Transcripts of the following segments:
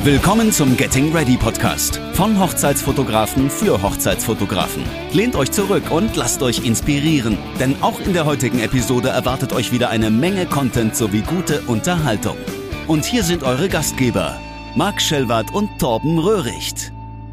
Willkommen zum Getting Ready Podcast von Hochzeitsfotografen für Hochzeitsfotografen. Lehnt euch zurück und lasst euch inspirieren, denn auch in der heutigen Episode erwartet euch wieder eine Menge Content sowie gute Unterhaltung. Und hier sind eure Gastgeber, Marc Schellwardt und Torben Röhricht.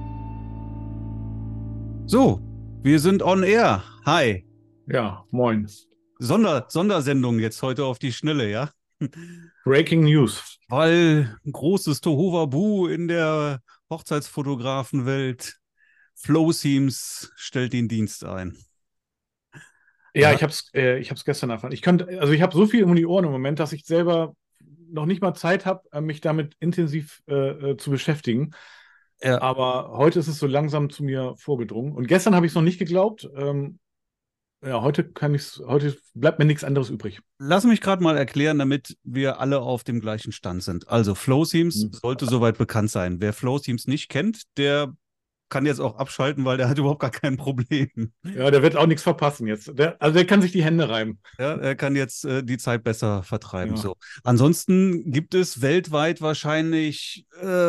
So, wir sind on air. Hi. Ja, moin. Sondersendung jetzt heute auf die Schnelle, ja? Breaking News. Weil ein großes Tohuwabohu in der Hochzeitsfotografenwelt. Flowseams stellt den Dienst ein. Ja, ich hab's gestern erfahren. Ich habe so viel um die Ohren im Moment, dass ich selber noch nicht mal Zeit habe, mich damit intensiv zu beschäftigen. Ja. Aber heute ist es so langsam zu mir vorgedrungen. Und gestern habe ich es noch nicht geglaubt. Heute bleibt mir nichts anderes übrig. Lass mich gerade mal erklären, damit wir alle auf dem gleichen Stand sind. Also Flowseams sollte soweit bekannt sein. Wer Flowseams nicht kennt, der kann jetzt auch abschalten, weil der hat überhaupt gar kein Problem. Ja, der wird auch nichts verpassen jetzt. Der kann sich die Hände reiben. Ja, er kann jetzt die Zeit besser vertreiben. Ja. So. Ansonsten gibt es weltweit wahrscheinlich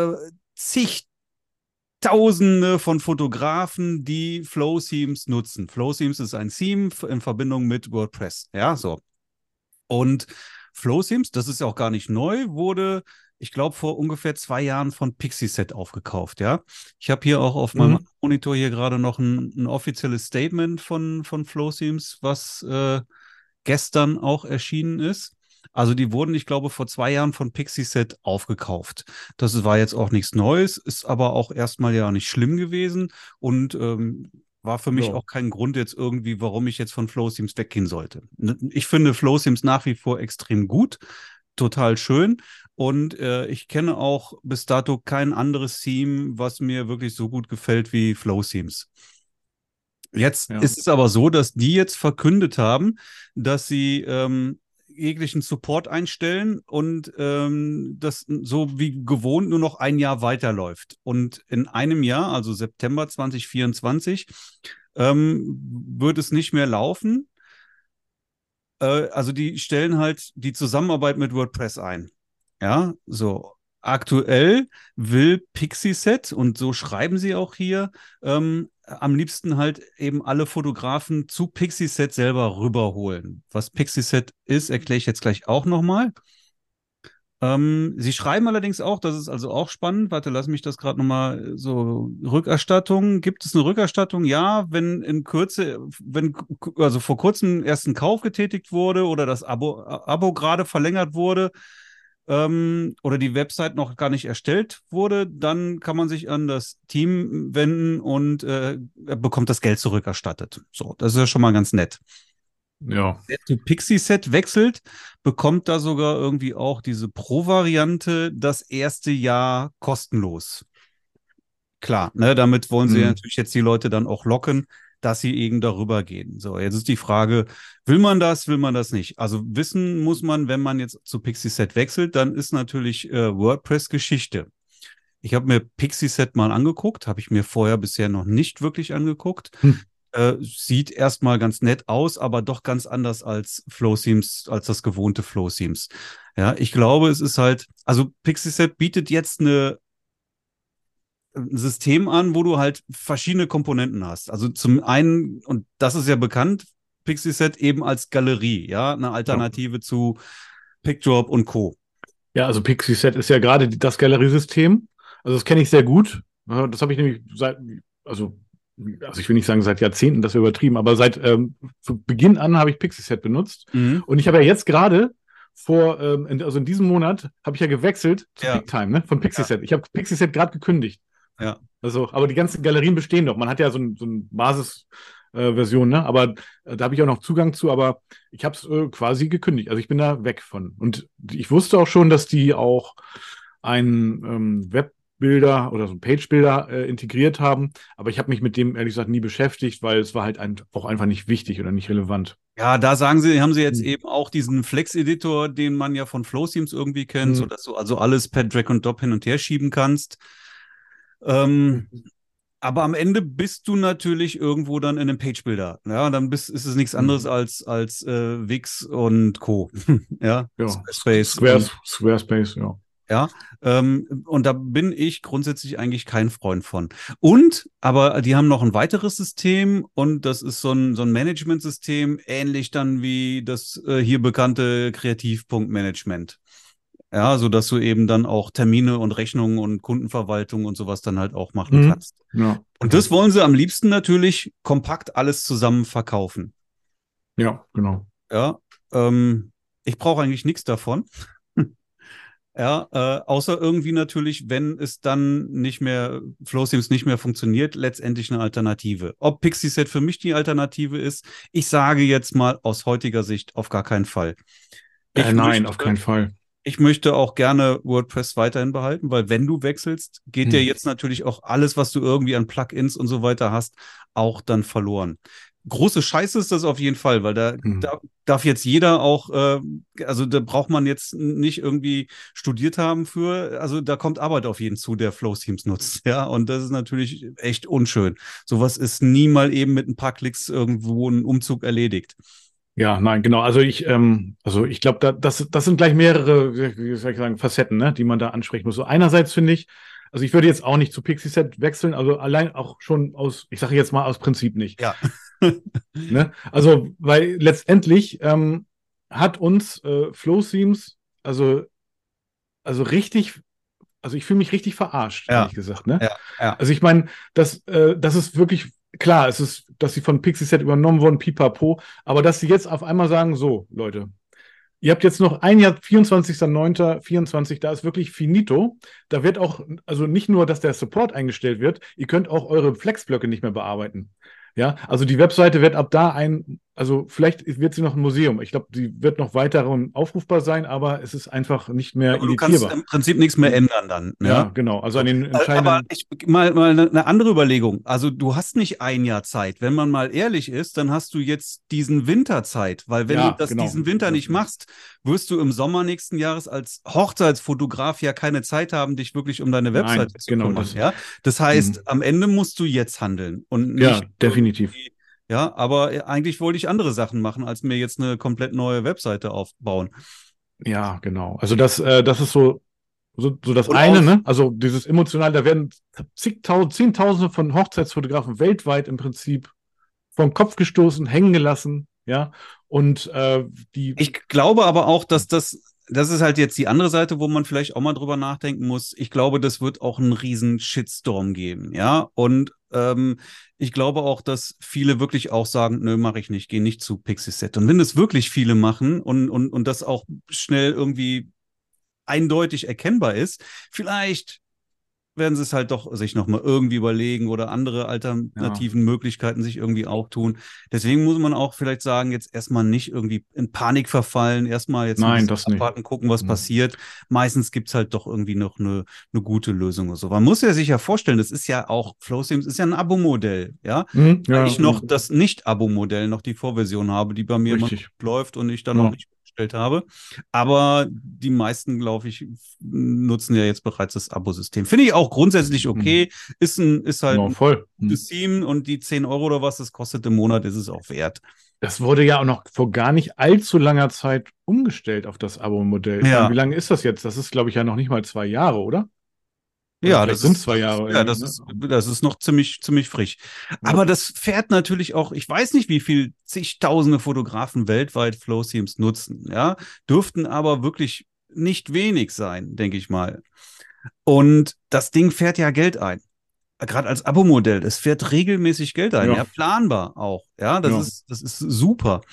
Tausende von Fotografen, die Flowseams nutzen. Flowseams ist ein Theme in Verbindung mit WordPress. Ja, so. Und Flowseams, das ist ja auch gar nicht neu, wurde, ich glaube, vor ungefähr 2 Jahren von Pixieset aufgekauft, ja. Ich habe hier auch auf meinem Monitor hier gerade noch ein offizielles Statement von Flowseams, was gestern auch erschienen ist. Also die wurden, ich glaube, vor 2 Jahren von Pixieset aufgekauft. Das war jetzt auch nichts Neues, ist aber auch erstmal ja nicht schlimm gewesen und war für mich auch kein Grund jetzt irgendwie, warum ich jetzt von Flowseams weggehen sollte. Ich finde Flowseams nach wie vor extrem gut, total schön und ich kenne auch bis dato kein anderes Theme, was mir wirklich so gut gefällt wie Flowseams. Jetzt ist es aber so, dass die jetzt verkündet haben, dass sie jeglichen Support einstellen und das so wie gewohnt nur noch ein Jahr weiterläuft. Und in einem Jahr, also September 2024, wird es nicht mehr laufen. Also die stellen halt die Zusammenarbeit mit WordPress ein. Ja, so. Aktuell will Pixieset, und so schreiben sie auch hier, am liebsten halt eben alle Fotografen zu Pixieset selber rüberholen. Was Pixieset ist, erkläre ich jetzt gleich auch nochmal. Sie schreiben allerdings auch, das ist also auch spannend, warte, lass mich das gerade nochmal so, Rückerstattung, gibt es eine Rückerstattung? Ja, wenn also vor kurzem erst ein Kauf getätigt wurde oder das Abo gerade verlängert wurde, oder die Website noch gar nicht erstellt wurde, dann kann man sich an das Team wenden und bekommt das Geld zurückerstattet. So, das ist ja schon mal ganz nett. Ja. Wer zu Pixieset wechselt, bekommt da sogar irgendwie auch diese Pro-Variante das erste Jahr kostenlos. Klar, ne, damit wollen sie natürlich jetzt die Leute dann auch locken, dass sie eben darüber gehen. So, jetzt ist die Frage, will man das nicht? Also wissen muss man, wenn man jetzt zu Pixieset wechselt, dann ist natürlich WordPress Geschichte. Ich habe mir Pixieset mal angeguckt, habe ich mir vorher bisher noch nicht wirklich angeguckt. Sieht erstmal ganz nett aus, aber doch ganz anders als Flowseams, als das gewohnte Flowseams. Ja, ich glaube, es ist halt, also Pixieset bietet jetzt ein System an, wo du halt verschiedene Komponenten hast. Also zum einen, und das ist ja bekannt, Pixieset eben als Galerie, ja, eine Alternative zu PicDrop und Co. Ja, also Pixieset ist ja gerade das Galeriesystem. Also das kenne ich sehr gut. Das habe ich nämlich also ich will nicht sagen seit Jahrzehnten, das wäre übertrieben, aber seit Beginn an habe ich Pixieset benutzt. Und ich habe ja jetzt gerade in diesem Monat habe ich ja gewechselt zu PicTime, ne, von Pixieset. Ja. Ich habe Pixieset gerade gekündigt. Ja. Also, aber die ganzen Galerien bestehen noch. Man hat ja so eine Basisversion, ne? Aber da habe ich auch noch Zugang zu, aber ich habe es quasi gekündigt. Also ich bin da weg von. Und ich wusste auch schon, dass die auch einen Webbilder oder so einen Page-Builder integriert haben, aber ich habe mich mit dem ehrlich gesagt nie beschäftigt, weil es war halt auch einfach nicht wichtig oder nicht relevant. Ja, da haben sie jetzt eben auch diesen Flex-Editor, den man ja von Flowseams irgendwie kennt, sodass du also alles per Drag und Drop hin und her schieben kannst. Aber am Ende bist du natürlich irgendwo dann in einem Page-Builder. Ja, dann ist es nichts anderes als Wix und Co. Ja, ja. Squarespace. Squarespace, ja. Ja, und da bin ich grundsätzlich eigentlich kein Freund von. Und, aber die haben noch ein weiteres System und das ist so ein Managementsystem, ähnlich dann wie das hier bekannte Kreativpunktmanagement. Ja, so dass du eben dann auch Termine und Rechnungen und Kundenverwaltung und sowas dann halt auch machen Mhm. kannst. Ja, Und das wollen sie am liebsten natürlich kompakt alles zusammen verkaufen. ja, genau. Ja, ich brauche eigentlich nichts davon. Ja, außer irgendwie natürlich, wenn es dann nicht mehr, FlowSeams nicht mehr funktioniert, letztendlich eine Alternative. Ob Pixieset für mich die Alternative ist, ich sage jetzt mal aus heutiger Sicht auf gar keinen Fall. Ich Nein, möchte, auf keinen Fall. ich möchte auch gerne WordPress weiterhin behalten, weil wenn du wechselst, geht dir jetzt natürlich auch alles, was du irgendwie an Plugins und so weiter hast, auch dann verloren. Große Scheiße ist das auf jeden Fall, weil da darf jetzt jeder auch, also da braucht man jetzt nicht irgendwie studiert haben für, also da kommt Arbeit auf jeden zu, der FlowSeams nutzt, ja, und das ist natürlich echt unschön. Sowas ist nie mal eben mit ein paar Klicks irgendwo ein Umzug erledigt. Ja, nein, genau. Also ich glaube, das sind gleich mehrere, wie soll ich sagen, Facetten, ne, die man da ansprechen muss. So einerseits finde ich, also ich würde jetzt auch nicht zu Pixieset wechseln, also allein auch schon aus, ich sage jetzt mal aus Prinzip nicht. Ja. Ne? Also, weil letztendlich hat uns FlowSeams, also richtig, also ich fühle mich richtig verarscht, Ja, ehrlich gesagt, ne? ja. Also ich meine, das ist wirklich klar, es ist, dass sie von Pixieset übernommen wurden, pipapo, aber dass sie jetzt auf einmal sagen, so, Leute, ihr habt jetzt noch ein Jahr, 24.09.24, da ist wirklich finito. Da wird auch, also nicht nur, dass der Support eingestellt wird, ihr könnt auch eure Flexblöcke nicht mehr bearbeiten. Ja, also die Webseite wird ab da also vielleicht wird sie noch ein Museum. Ich glaube, die wird noch weiter aufrufbar sein, aber es ist einfach nicht mehr Aber du kannst editierbar. im Prinzip nichts mehr ändern dann, Ja, ja. genau. Also So. an den Aber entscheidenden. mal eine andere Überlegung. Also du hast nicht ein Jahr Zeit. Wenn man mal ehrlich ist, dann hast du jetzt diesen Winterzeit, weil wenn du Ja, genau. diesen Winter nicht machst, wirst du im Sommer nächsten Jahres als Hochzeitsfotograf ja keine Zeit haben, dich wirklich um deine Webseite Nein, zu genau, kümmern. das. Ja, das heißt, am Ende musst du jetzt handeln und Ja, nicht definitiv. irgendwie. Ja, aber eigentlich wollte ich andere Sachen machen, als mir jetzt eine komplett neue Webseite aufbauen. Ja, genau. Also das ist so das Und eine, aus, ne? Also dieses emotional, da werden zigtausend, Zehntausende von Hochzeitsfotografen weltweit im Prinzip vom Kopf gestoßen, hängen gelassen, ja. Und die, Ich glaube aber auch, dass das ist halt jetzt die andere Seite, wo man vielleicht auch mal drüber nachdenken muss. Ich glaube, das wird auch einen riesen Shitstorm geben, ja. Und ich glaube auch, dass viele wirklich auch sagen, nö, mache ich nicht, gehe nicht zu Pixieset. Und wenn es wirklich viele machen und das auch schnell irgendwie eindeutig erkennbar ist, vielleicht werden sie es halt doch sich nochmal irgendwie überlegen oder andere ja, alternativen Möglichkeiten sich irgendwie auftun. Deswegen muss man auch vielleicht sagen, jetzt erstmal nicht irgendwie in Panik verfallen, erstmal jetzt ein nein, bisschen das nicht. abwarten, gucken, was Hm. passiert. Meistens gibt es halt doch irgendwie noch eine gute Lösung oder so. Man muss ja sich ja vorstellen, das ist ja auch, FlowSeams ist ja ein Abo-Modell, ja. Weil Ja, ich noch das Nicht-Abo-Modell, noch die Vorversion habe, die bei mir immer richtig. noch läuft und ich dann noch Ja. nicht bestellt habe. Aber die meisten, glaube ich, nutzen ja jetzt bereits das Abo-System. Finde ich auch grundsätzlich okay. Ist halt Genau, ein voll. gutes Theme und die 10 Euro oder was das kostet im Monat, ist es auch wert. Das wurde ja auch noch vor gar nicht allzu langer Zeit umgestellt auf das Abo-Modell. Ich meine, wie Ja. lange ist das jetzt? Das ist, glaube ich, ja noch nicht mal 2 Jahre, oder? Oder Ja, vielleicht sind es 2 Jahre ja, irgendwie, ne? das ist noch ziemlich frisch. Ja. Aber das fährt natürlich auch, ich weiß nicht, wie viel zigtausende Fotografen weltweit FlowSeams nutzen, ja, dürften aber wirklich nicht wenig sein, denke ich mal. Und das Ding fährt ja Geld ein. Gerade als Abo-Modell, es fährt regelmäßig Geld ein, ja, Ja, planbar auch. Ja, ja. das ist super.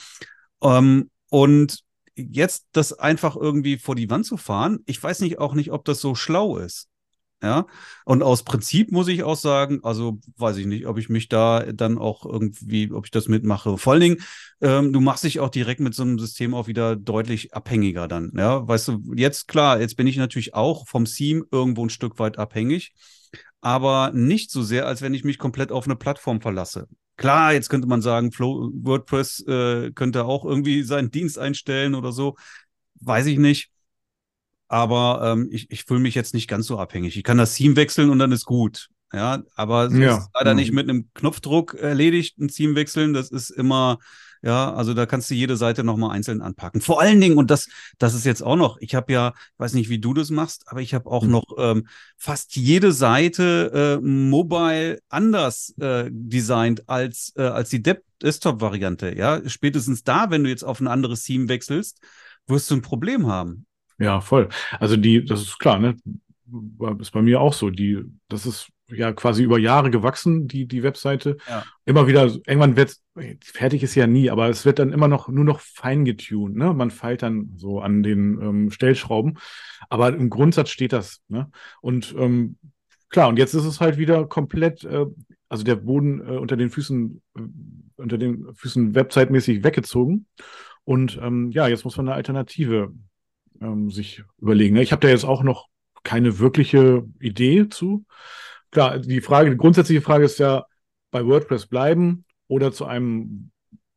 Und jetzt das einfach irgendwie vor die Wand zu fahren, ich weiß nicht auch nicht, ob das so schlau ist. Ja, und aus Prinzip muss ich auch sagen, also weiß ich nicht, ob ich mich da dann auch irgendwie, ob ich das mitmache. Vor allen Dingen, du machst dich auch direkt mit so einem System auch wieder deutlich abhängiger dann. Ja, weißt du, jetzt klar, jetzt bin ich natürlich auch vom Theme irgendwo ein Stück weit abhängig, aber nicht so sehr, als wenn ich mich komplett auf eine Plattform verlasse. Klar, jetzt könnte man sagen, WordPress könnte auch irgendwie seinen Dienst einstellen oder so, weiß ich nicht. Aber ich fühle mich jetzt nicht ganz so abhängig. Ich kann das Theme wechseln und dann ist gut. Ja, aber es ist Ja, leider ja. nicht mit einem Knopfdruck erledigt, ein Theme wechseln. Das ist immer Ja, also da kannst du jede Seite nochmal einzeln anpacken. Vor allen Dingen, und das ist jetzt auch noch, ich habe ja, ich weiß nicht, wie du das machst, aber ich habe auch noch fast jede Seite mobile anders designt als die Desktop-Variante. Ja, spätestens da, wenn du jetzt auf ein anderes Theme wechselst, wirst du ein Problem haben. Ja, voll. Also das ist klar, ne? Ist bei mir auch so. Das ist ja quasi über Jahre gewachsen, die Webseite. Ja. Immer wieder, irgendwann fertig ist ja nie, aber es wird dann immer nur noch fein getuned, ne? Man feilt dann so an den Stellschrauben. Aber im Grundsatz steht das, ne? Und klar, und jetzt ist es halt wieder komplett, also der Boden unter den Füßen websitemäßig weggezogen. Und ja, jetzt muss man eine Alternative sich überlegen. Ne? Ich habe da jetzt auch noch keine wirkliche Idee zu. Klar, die grundsätzliche Frage ist ja, bei WordPress bleiben oder zu einem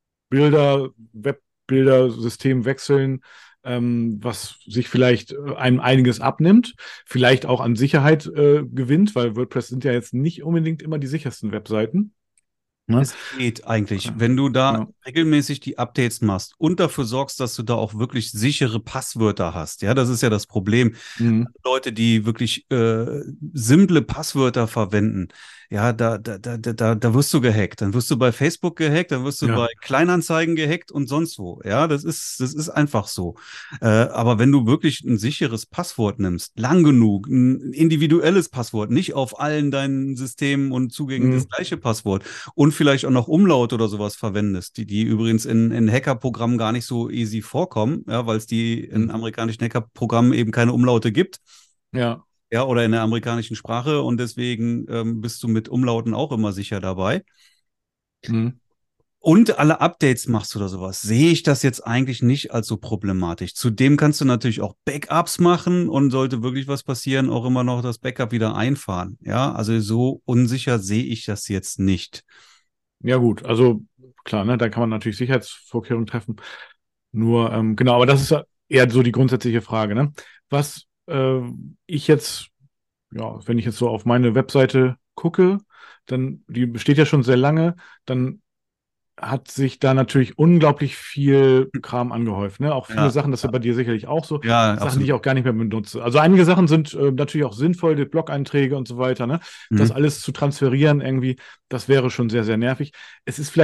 Webbilder-System wechseln, was sich vielleicht einem einiges abnimmt, vielleicht auch an Sicherheit gewinnt, weil WordPress sind ja jetzt nicht unbedingt immer die sichersten Webseiten. Ne? Es geht eigentlich, wenn du da Ja. regelmäßig die Updates machst und dafür sorgst, dass du da auch wirklich sichere Passwörter hast. Ja, das ist ja das Problem. Mhm. Leute, die wirklich simple Passwörter verwenden, ja, da wirst du gehackt. Dann wirst du bei Facebook gehackt, dann wirst du Ja. bei Kleinanzeigen gehackt und sonst wo. Ja, das ist einfach so. Aber wenn du wirklich ein sicheres Passwort nimmst, lang genug, ein individuelles Passwort, nicht auf allen deinen Systemen und Zugängen das gleiche Passwort und vielleicht auch noch Umlaut oder sowas verwendest, die übrigens in Hackerprogrammen gar nicht so easy vorkommen, ja, weil es die in amerikanischen Hackerprogrammen eben keine Umlaute gibt. Ja. Ja, oder in der amerikanischen Sprache und deswegen bist du mit Umlauten auch immer sicher dabei. Mhm. Und alle Updates machst oder sowas, sehe ich das jetzt eigentlich nicht als so problematisch. Zudem kannst du natürlich auch Backups machen und sollte wirklich was passieren, auch immer noch das Backup wieder einfahren. Ja, also so unsicher sehe ich das jetzt nicht. Ja, gut, also klar, ne, da kann man natürlich Sicherheitsvorkehrungen treffen. Nur, genau, aber das ist ja eher so die grundsätzliche Frage, ne? Was ich jetzt, ja, wenn ich jetzt so auf meine Webseite gucke, dann, die besteht ja schon sehr lange, dann hat sich da natürlich unglaublich viel Kram angehäuft, ne? Auch viele Ja, Sachen, das ist ja bei dir sicherlich auch so, ja, Sachen, die absolut. ich auch gar nicht mehr benutze. Also einige Sachen sind natürlich auch sinnvoll, die Blog-Einträge und so weiter, ne? Das Mhm. alles zu transferieren irgendwie, das wäre schon sehr, sehr nervig. Es ist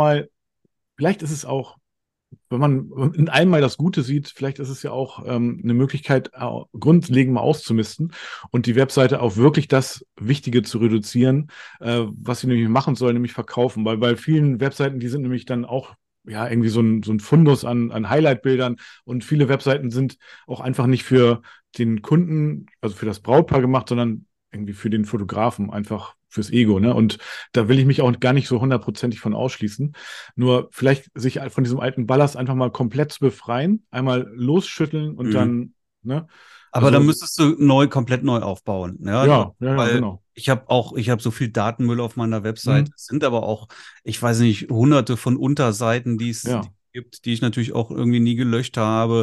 vielleicht ist es auch, wenn man in allem mal das Gute sieht, vielleicht ist es ja auch eine Möglichkeit, grundlegend mal auszumisten und die Webseite auf wirklich das Wichtige zu reduzieren, was sie nämlich machen soll, nämlich verkaufen. Weil bei vielen Webseiten, die sind nämlich dann auch ja irgendwie so ein Fundus an Highlight-Bildern und viele Webseiten sind auch einfach nicht für den Kunden, also für das Brautpaar gemacht, sondern irgendwie für den Fotografen, einfach fürs Ego, ne? Und da will ich mich auch gar nicht so hundertprozentig von ausschließen. Nur vielleicht sich von diesem alten Ballast einfach mal komplett zu befreien, einmal losschütteln und Mhm. dann, ne? Aber dann Also, müsstest du komplett neu aufbauen. Ja, ja, weil genau. ich habe so viel Datenmüll auf meiner Website. Hm, Es sind aber auch, ich weiß nicht, hunderte von Unterseiten, die ja. gibt, die ich natürlich auch irgendwie nie gelöscht habe.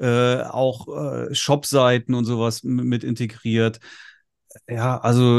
Auch Shopseiten und sowas mit integriert. Ja, also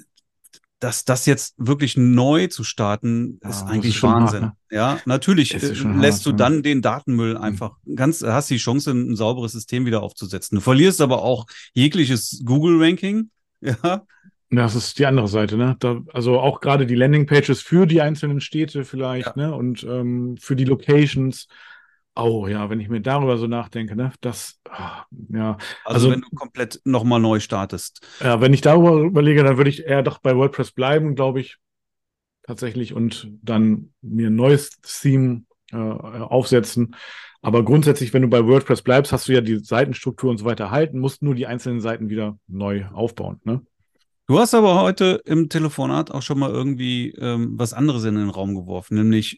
das jetzt wirklich neu zu starten, ist Ja, das ist eigentlich schon hart, Wahnsinn. ne? Ja, natürlich Es ist schon lässt hart, du ja. dann den Datenmüll Hm. einfach hast die Chance, ein sauberes System wieder aufzusetzen. Du verlierst aber auch jegliches Google-Ranking. Ja, Das ist die andere Seite, ne? Also auch gerade die Landingpages für die einzelnen Städte vielleicht, ja. ne? Und für die Locations. Oh ja, wenn ich mir darüber so nachdenke, ne? Ja, Also also wenn du komplett nochmal neu startest. ja, wenn ich darüber überlege, dann würde ich eher doch bei WordPress bleiben, glaube ich, tatsächlich, und dann mir ein neues Theme aufsetzen. Aber grundsätzlich, wenn du bei WordPress bleibst, hast du ja die Seitenstruktur und so weiter erhalten, musst nur die einzelnen Seiten wieder neu aufbauen, ne? Du hast aber heute im Telefonat auch schon mal irgendwie was anderes in den Raum geworfen, nämlich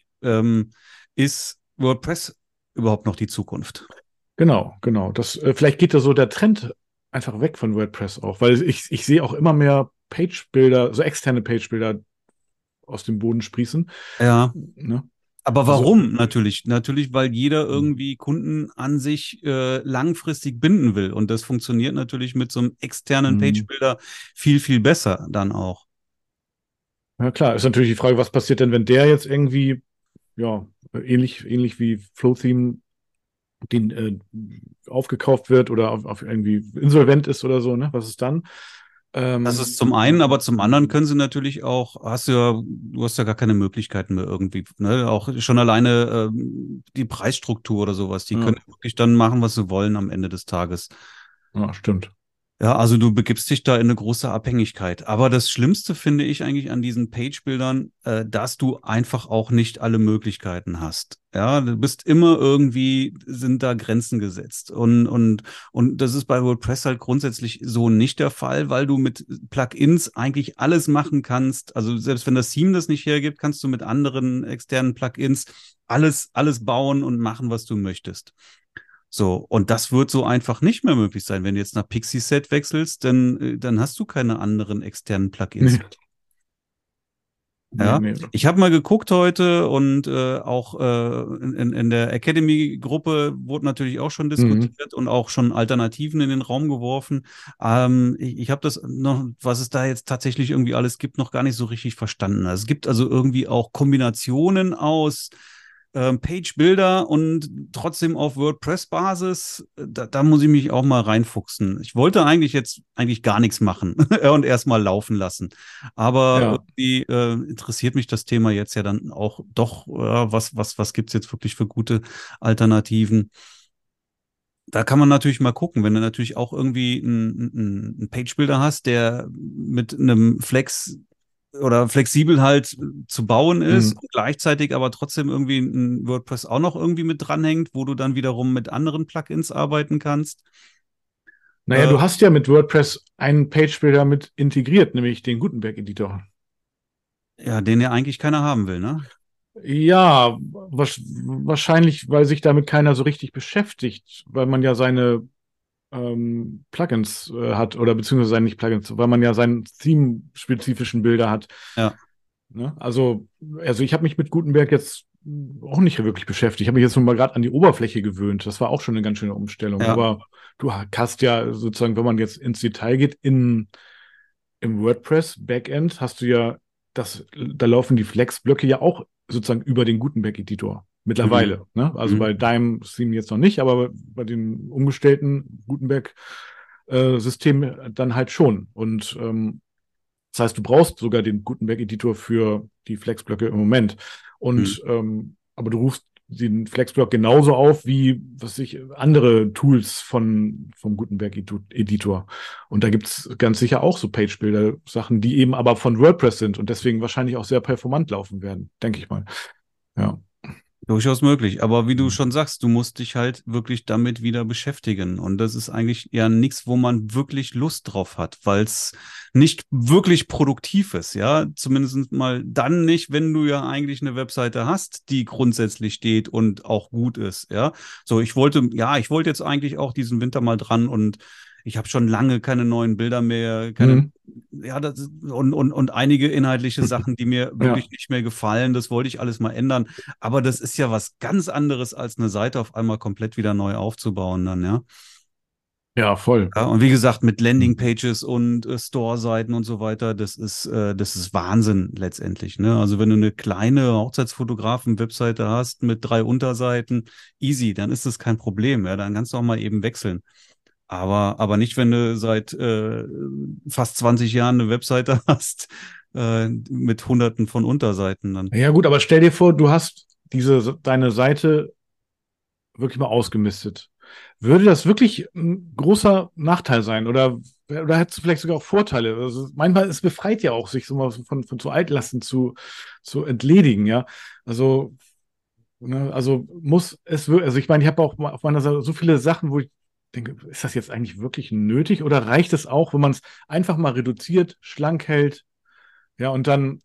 ist WordPress überhaupt noch die Zukunft? Genau, genau. Vielleicht geht da so der Trend einfach weg von WordPress auch, weil ich sehe auch immer mehr Page-Builder, so externe Page-Builder aus dem Boden sprießen. Ja. Ne? Aber Also, warum natürlich? Natürlich, weil jeder irgendwie Kunden an sich langfristig binden will. Und das funktioniert natürlich mit so einem externen mh, Page-Builder viel, viel besser dann auch. ja klar, ist natürlich die Frage, was passiert denn, wenn der jetzt irgendwie, ja, ähnlich wie Flow-Theme, den aufgekauft wird oder auf irgendwie insolvent ist oder so, ne? Was ist dann? Das ist zum einen, aber zum anderen können sie natürlich auch, du hast ja gar keine Möglichkeiten mehr irgendwie, ne? Auch schon alleine die Preisstruktur oder sowas, die Ja, können wirklich dann machen, was sie wollen am Ende des Tages. ja, stimmt. Ja, also du begibst dich da in eine große Abhängigkeit. Aber das Schlimmste finde ich eigentlich an diesen Page-Bildern, dass du einfach auch nicht alle Möglichkeiten hast. Ja, du bist immer irgendwie, sind da Grenzen gesetzt. Und das ist bei WordPress halt grundsätzlich so nicht der Fall, weil du mit Plugins eigentlich alles machen kannst. Also selbst wenn das Theme das nicht hergibt, kannst du mit anderen externen Plugins alles bauen und machen, was du möchtest. So, und das wird so einfach nicht mehr möglich sein. Wenn du jetzt nach Pixie-Set wechselst, dann hast du keine anderen externen Plugins. Nee, nee, Ja, nee. ich habe mal geguckt heute und auch in der Academy-Gruppe wurde natürlich auch schon Mhm. diskutiert und auch schon Alternativen in den Raum geworfen. Ich habe das noch, was es da jetzt tatsächlich irgendwie alles gibt, noch gar nicht so richtig verstanden. Also es gibt also irgendwie auch Kombinationen aus Page-Builder und trotzdem auf WordPress-Basis. Da muss ich mich auch mal reinfuchsen. Ich wollte eigentlich gar nichts machen und erstmal laufen lassen. Aber Ja. irgendwie interessiert mich das Thema jetzt ja dann auch doch, was gibt es jetzt wirklich für gute Alternativen? Da kann man natürlich mal gucken, wenn du natürlich auch irgendwie einen Page-Builder hast, der mit einem Flex oder flexibel halt zu bauen ist Mhm. und gleichzeitig aber trotzdem irgendwie ein WordPress auch noch irgendwie mit dranhängt, wo du dann wiederum mit anderen Plugins arbeiten kannst. Naja, Äh, du hast ja mit WordPress einen Page-Builder mit integriert, nämlich den Gutenberg-Editor. ja, den ja eigentlich keiner haben will, ne? Ja, wahrscheinlich, weil sich damit keiner so richtig beschäftigt, weil man ja seine Plugins hat oder beziehungsweise seine nicht Plugins, weil man ja seinen Theme-spezifischen Bilder hat. Ja, Ne? Also ich habe mich mit Gutenberg jetzt auch nicht wirklich beschäftigt. Ich habe mich jetzt nur mal gerade an die Oberfläche gewöhnt. Das war auch schon eine ganz schöne Umstellung. ja. Aber du hast ja sozusagen, wenn man jetzt ins Detail geht, im WordPress Backend hast du ja da laufen die Flex-Blöcke ja auch sozusagen über den Gutenberg-Editor. Mhm. Mittlerweile. Ne? Also Mhm. bei deinem Theme jetzt noch nicht, aber bei den umgestellten Gutenberg-System dann halt schon. Und das heißt, du brauchst sogar den Gutenberg-Editor für die Flexblöcke im Moment. Mhm. Aber du rufst den Flexblock genauso auf wie andere Tools vom Gutenberg-Editor. Und da gibt es ganz sicher auch so Page-Builder-Sachen, die eben aber von WordPress sind und deswegen wahrscheinlich auch sehr performant laufen werden, denke ich mal. Ja. Durchaus möglich. Aber wie du schon sagst, du musst dich halt wirklich damit wieder beschäftigen. Und das ist eigentlich ja nichts, wo man wirklich Lust drauf hat, weil es nicht wirklich produktiv ist. Ja, zumindest mal dann nicht, wenn du ja eigentlich eine Webseite hast, die grundsätzlich steht und auch gut ist. Ja, so ich wollte jetzt eigentlich auch diesen Winter mal dran und ich habe schon lange keine neuen Bilder mehr, Mhm. ja, und einige inhaltliche Sachen, die mir Ja. wirklich nicht mehr gefallen. Das wollte ich alles mal ändern. Aber das ist ja was ganz anderes, als eine Seite auf einmal komplett wieder neu aufzubauen dann, ja. Ja, voll. Ja, und wie gesagt, mit Landingpages und Store-Seiten und so weiter, das ist Wahnsinn letztendlich, ne? Also wenn du eine kleine Hochzeitsfotografen-Webseite hast mit 3 Unterseiten, easy, dann ist das kein Problem, ja. Dann kannst du auch mal eben wechseln. Aber nicht, wenn du seit fast 20 Jahren eine Webseite hast, mit Hunderten von Unterseiten dann. Ja, gut, aber stell dir vor, du hast deine Seite wirklich mal ausgemistet. Würde das wirklich ein großer Nachteil sein oder hättest du vielleicht sogar auch Vorteile? Also manchmal, es befreit ja auch, sich so mal von so Altlasten zu entledigen, ja. Also, ne, also also ich meine, ich habe auch mal auf meiner Seite so viele Sachen, wo ich denke, ist das jetzt eigentlich wirklich nötig oder reicht es auch, wenn man es einfach mal reduziert, schlank hält, ja, und dann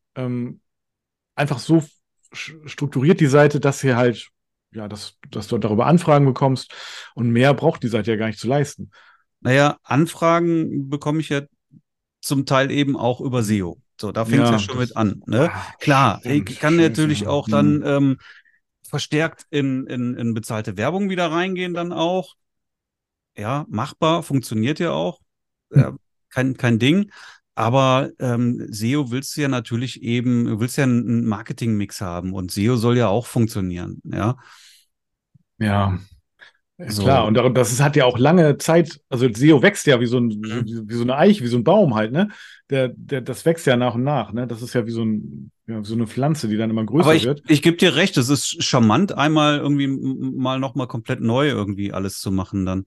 einfach so strukturiert die Seite, dass sie halt, ja, dass du darüber Anfragen bekommst und mehr braucht die Seite ja gar nicht zu leisten. Naja, Anfragen bekomme ich ja zum Teil eben auch über SEO. So, da fängt es ja Ja, schon mit an. Ne? Klar, stimmt. ich kann Scheiße. natürlich auch dann Hm. verstärkt in bezahlte Werbung wieder reingehen, dann auch. Ja, machbar, funktioniert ja auch. Hm. Ja, kein Ding. Aber SEO willst du ja natürlich eben, du willst ja einen Marketing-Mix haben und SEO soll ja auch funktionieren, ja. Ja. Ja, klar, So. und hat ja auch lange Zeit, also SEO wächst ja Mhm. wie so eine Eiche, wie so ein Baum halt, ne? Das wächst ja nach und nach, ne? Das ist ja wie ja, so eine Pflanze, die dann immer Aber größer wird. ich gebe dir recht, es ist charmant, einmal irgendwie mal nochmal komplett neu irgendwie alles zu machen dann.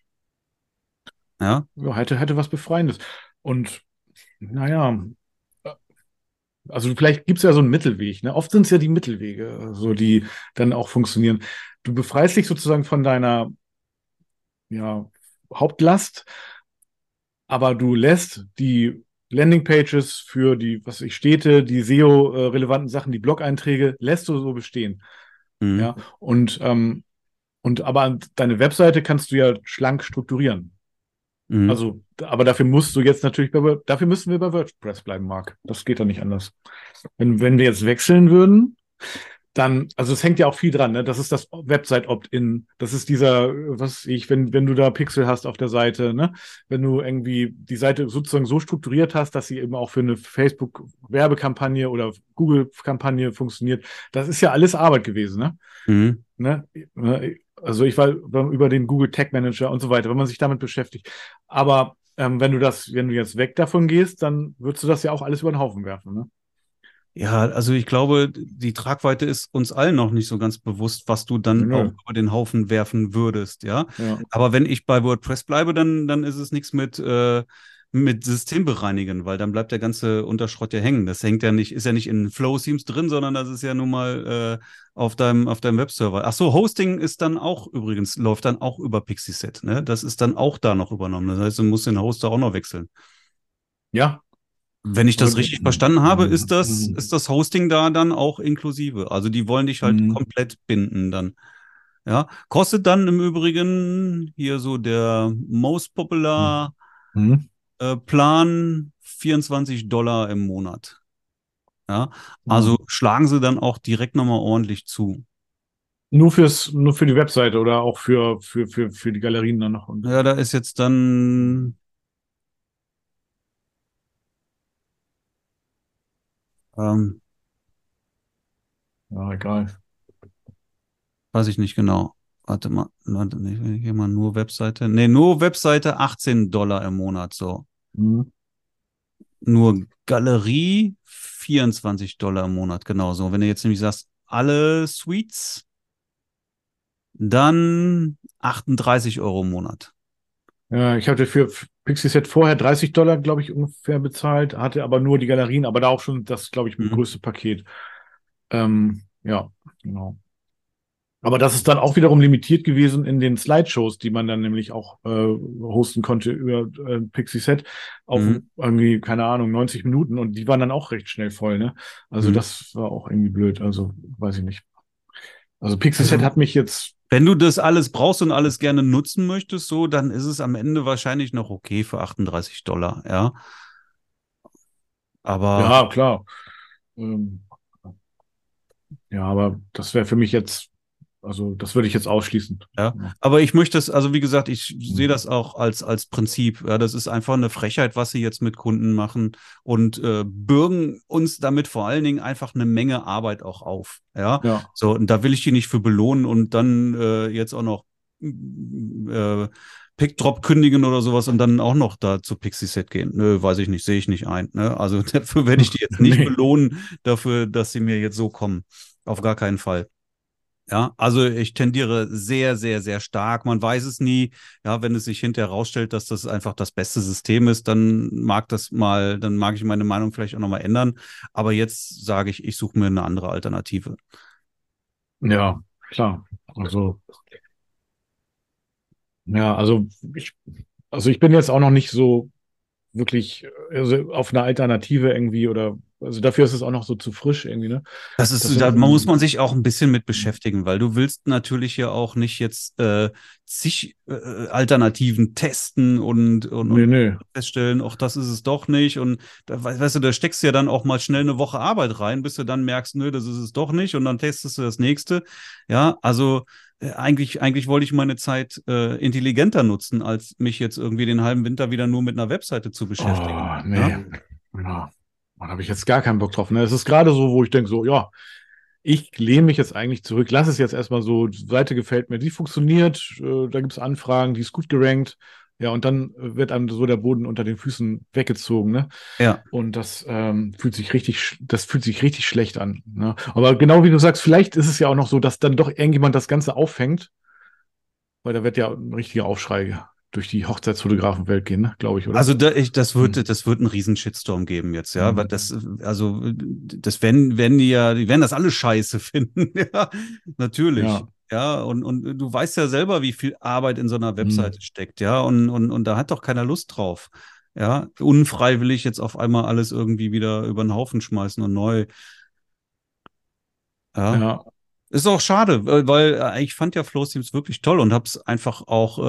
Ja. Ja, hätte was Befreiendes. Und naja, also vielleicht gibt es ja so einen Mittelweg, ne? Oft sind es ja die Mittelwege, so die dann auch funktionieren. Du befreist dich sozusagen von deiner, ja, Hauptlast, aber du lässt die Landingpages für die, was weiß ich, Städte, die SEO-relevanten Sachen, die Blog-Einträge, lässt du so bestehen. Mhm. Ja, und aber deine Webseite kannst du ja schlank strukturieren. Mhm. Also, aber dafür musst du jetzt natürlich dafür müssen wir bei WordPress bleiben, Marc. Das geht doch nicht anders. Wenn wir jetzt wechseln würden, dann, also es hängt ja auch viel dran, ne? Das ist das Website-Opt-in, das ist dieser, was weiß ich, wenn du da Pixel hast auf der Seite, ne? Wenn du irgendwie die Seite sozusagen so strukturiert hast, dass sie eben auch für eine Facebook-Werbekampagne oder Google-Kampagne funktioniert, das ist ja alles Arbeit gewesen, ne? Mhm. Ne? Also ich war über den Google Tag Manager und so weiter, wenn man sich damit beschäftigt. Aber wenn du jetzt weg davon gehst, dann würdest du das ja auch alles über den Haufen werfen, ne? Ja, also ich glaube, die Tragweite ist uns allen noch nicht so ganz bewusst, was du Nö, dann auch nö. über den Haufen werfen würdest, ja. Ja. Aber wenn ich bei WordPress bleibe, dann ist es nichts mit System bereinigen, weil dann bleibt der ganze Unterschrott ja hängen. Das hängt ja nicht, ist ja nicht in Flow-Themes drin, sondern das ist ja nun mal auf deinem Webserver. Ach so, Hosting ist dann auch übrigens, läuft dann auch über Pixieset, ne? Das ist dann auch da noch übernommen. Das heißt, du musst den Hoster auch noch wechseln. Ja. Wenn ich das richtig verstanden habe, ist Mhm. das Hosting da dann auch inklusive. Also die wollen dich halt Mhm. komplett binden dann. Ja, kostet dann im Übrigen hier so der most popular Mhm. Plan $24 im Monat. Ja, Ja. also schlagen sie dann auch direkt nochmal ordentlich zu. Nur für die Webseite oder auch für die Galerien dann noch. Und, Ja, da ist jetzt dann, ähm, ja, egal. weiß ich nicht genau. Warte mal, warte, hier mal nur Webseite. Nee, nur Webseite $18 im Monat, so. Mhm. Nur Galerie $24 im Monat, genau so. Wenn du jetzt nämlich sagst, alle Suites, dann 38 € im Monat. Ja, ich hatte für Pixieset vorher $30, glaube ich, ungefähr bezahlt, hatte aber nur die Galerien, aber da auch schon das, glaube ich, Mhm. größte Paket. Ja, genau. Aber das ist dann auch wiederum limitiert gewesen in den Slideshows, die man dann nämlich auch hosten konnte über Pixieset auf Mhm. irgendwie, keine Ahnung, 90 Minuten und die waren dann auch recht schnell voll, ne? Also Mhm. das war auch irgendwie blöd, also weiß ich nicht. Also Pixieset Also, hat mich jetzt, wenn du das alles brauchst und alles gerne nutzen möchtest, so, dann ist es am Ende wahrscheinlich noch okay für $38, ja. Aber ja, klar. Ähm, ja, aber das wäre für mich jetzt, also das würde ich jetzt ausschließen. ja, Ja. aber ich möchte es, also wie gesagt, ich Hm. sehe das auch als Prinzip. Ja, das ist einfach eine Frechheit, was sie jetzt mit Kunden machen und bürgen uns damit vor allen Dingen einfach eine Menge Arbeit auch auf. Ja, Ja, so, und da will ich die nicht für belohnen und dann jetzt auch noch äh, Pickdrop kündigen oder sowas und dann auch noch da zu Pixieset gehen. Nö, weiß ich nicht, sehe ich nicht ein. Ne? Also dafür werde ich die jetzt nicht nee. belohnen, dafür, dass sie mir jetzt so kommen. Auf gar keinen Fall. Ja, also ich tendiere sehr, sehr, sehr stark. Man weiß es nie. Ja, wenn es sich hinterher herausstellt, dass das einfach das beste System ist, dann mag ich meine Meinung vielleicht auch nochmal ändern. Aber jetzt sage ich, ich suche mir eine andere Alternative. Ja, klar. Also, ja, also ich bin jetzt auch noch nicht so wirklich also auf eine Alternative irgendwie oder also dafür ist es auch noch so zu frisch irgendwie, ne? Das ist, Das da muss sind man sich auch ein bisschen mit beschäftigen, weil du willst natürlich ja auch nicht jetzt zig Alternativen testen und nee, nee. feststellen, auch das ist es doch nicht. Und da, weißt du, da steckst du ja dann auch mal schnell eine Woche Arbeit rein, bis du dann merkst, nö, das ist es doch nicht. Und dann testest du das nächste. Ja, also eigentlich wollte ich meine Zeit intelligenter nutzen, als mich jetzt irgendwie den halben Winter wieder nur mit einer Webseite zu beschäftigen. Oh, nee. Ja? Ja, da habe ich jetzt gar keinen Bock drauf. Ne? Es ist gerade so, wo ich denke, so, ja, ich lehne mich jetzt eigentlich zurück, lass es jetzt erstmal so, die Seite gefällt mir, die funktioniert, da gibt es Anfragen, die ist gut gerankt. Ja, und dann wird einem so der Boden unter den Füßen weggezogen, ne? Ja. Und das das fühlt sich richtig schlecht an. Ne? Aber genau wie du sagst, vielleicht ist es ja auch noch so, dass dann doch irgendjemand das Ganze auffängt, weil da wird ja ein richtiger Aufschrei durch die Hochzeitsfotografenwelt gehen, ne? Glaube ich, oder? Also das Hm. wird einen riesen Shitstorm geben jetzt, ja, weil Hm. das werden die werden das alle scheiße finden, ja, natürlich. Ja. Ja, und du weißt ja selber, wie viel Arbeit in so einer Hm. Webseite steckt, ja, und da hat doch keiner Lust drauf, ja, unfreiwillig jetzt auf einmal alles irgendwie wieder über den Haufen schmeißen und neu, ja. Ja. Ist auch schade, weil ich fand ja Flow Teams wirklich toll und habe es einfach auch